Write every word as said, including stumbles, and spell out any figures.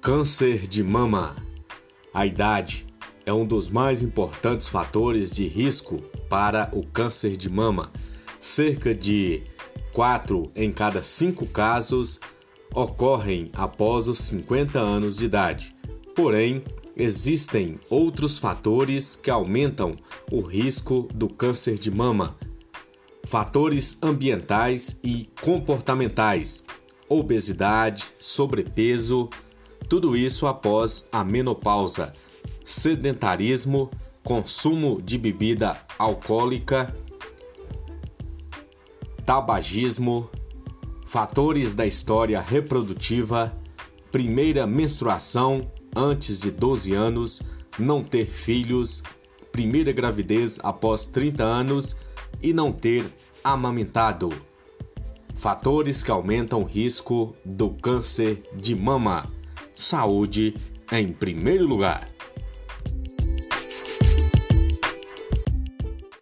Câncer de mama. A idade é um dos mais importantes fatores de risco para o câncer de mama. Cerca de quatro em cada cinco casos ocorrem após os cinquenta anos de idade. Porém, existem outros fatores que aumentam o risco do câncer de mama. Fatores ambientais e comportamentais, obesidade, sobrepeso, tudo isso após a menopausa, sedentarismo, consumo de bebida alcoólica, tabagismo, fatores da história reprodutiva, primeira menstruação antes de doze anos, não ter filhos, primeira gravidez após trinta anos e não ter amamentado. Fatores que aumentam o risco do câncer de mama. Saúde em primeiro lugar.